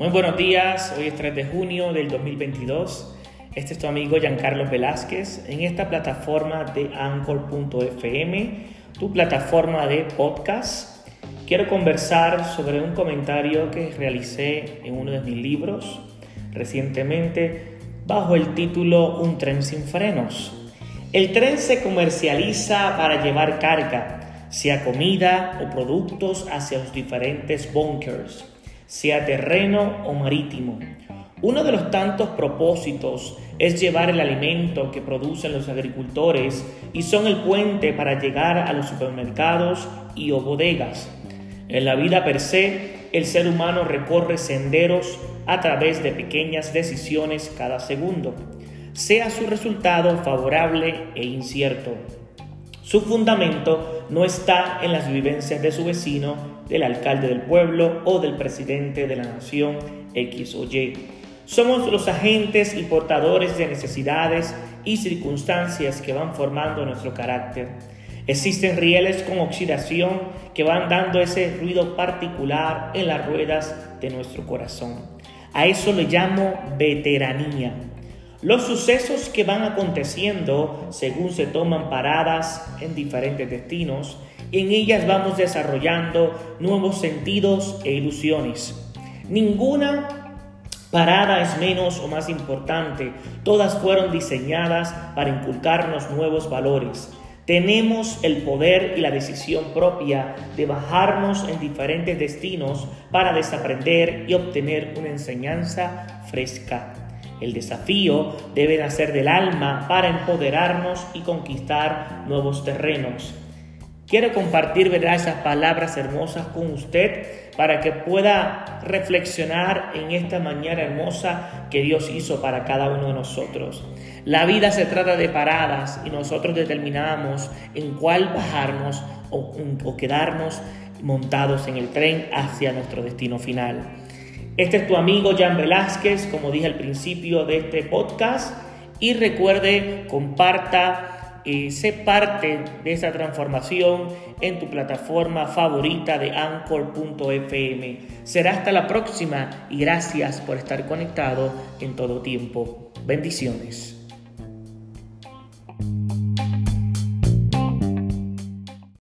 Muy buenos días, hoy es 3 de junio del 2022. Este es tu amigo Giancarlo Velázquez en esta plataforma de Anchor.fm, tu plataforma de podcast. Quiero conversar sobre un comentario que realicé en uno de mis libros recientemente bajo el título Un tren sin frenos. El tren se comercializa para llevar carga, sea comida o productos hacia los diferentes bunkers, sea terreno o marítimo. Uno de los tantos propósitos es llevar el alimento que producen los agricultores y son el puente para llegar a los supermercados y o bodegas. En la vida per se, el ser humano recorre senderos a través de pequeñas decisiones cada segundo, sea su resultado favorable e incierto. Su fundamento no está en las vivencias de su vecino, del alcalde del pueblo o del presidente de la nación X o Y. Somos los agentes y portadores de necesidades y circunstancias que van formando nuestro carácter. Existen rieles con oxidación que van dando ese ruido particular en las ruedas de nuestro corazón. A eso le llamo veteranía. Los sucesos que van aconteciendo según se toman paradas en diferentes destinos y en ellas vamos desarrollando nuevos sentidos e ilusiones. Ninguna parada es menos o más importante, todas fueron diseñadas para inculcarnos nuevos valores. Tenemos el poder y la decisión propia de bajarnos en diferentes destinos para desaprender y obtener una enseñanza fresca. El desafío debe nacer del alma para empoderarnos y conquistar nuevos terrenos. Quiero compartir, esas palabras hermosas con usted para que pueda reflexionar en esta mañana hermosa que Dios hizo para cada uno de nosotros. La vida se trata de paradas y nosotros determinamos en cuál bajarnos o quedarnos montados en el tren hacia nuestro destino final. Este es tu amigo Jan Velázquez, como dije al principio de este podcast, y recuerde, comparta, sé parte de esa transformación en tu plataforma favorita de Anchor.fm. Será hasta la próxima y gracias por estar conectado en todo tiempo. Bendiciones.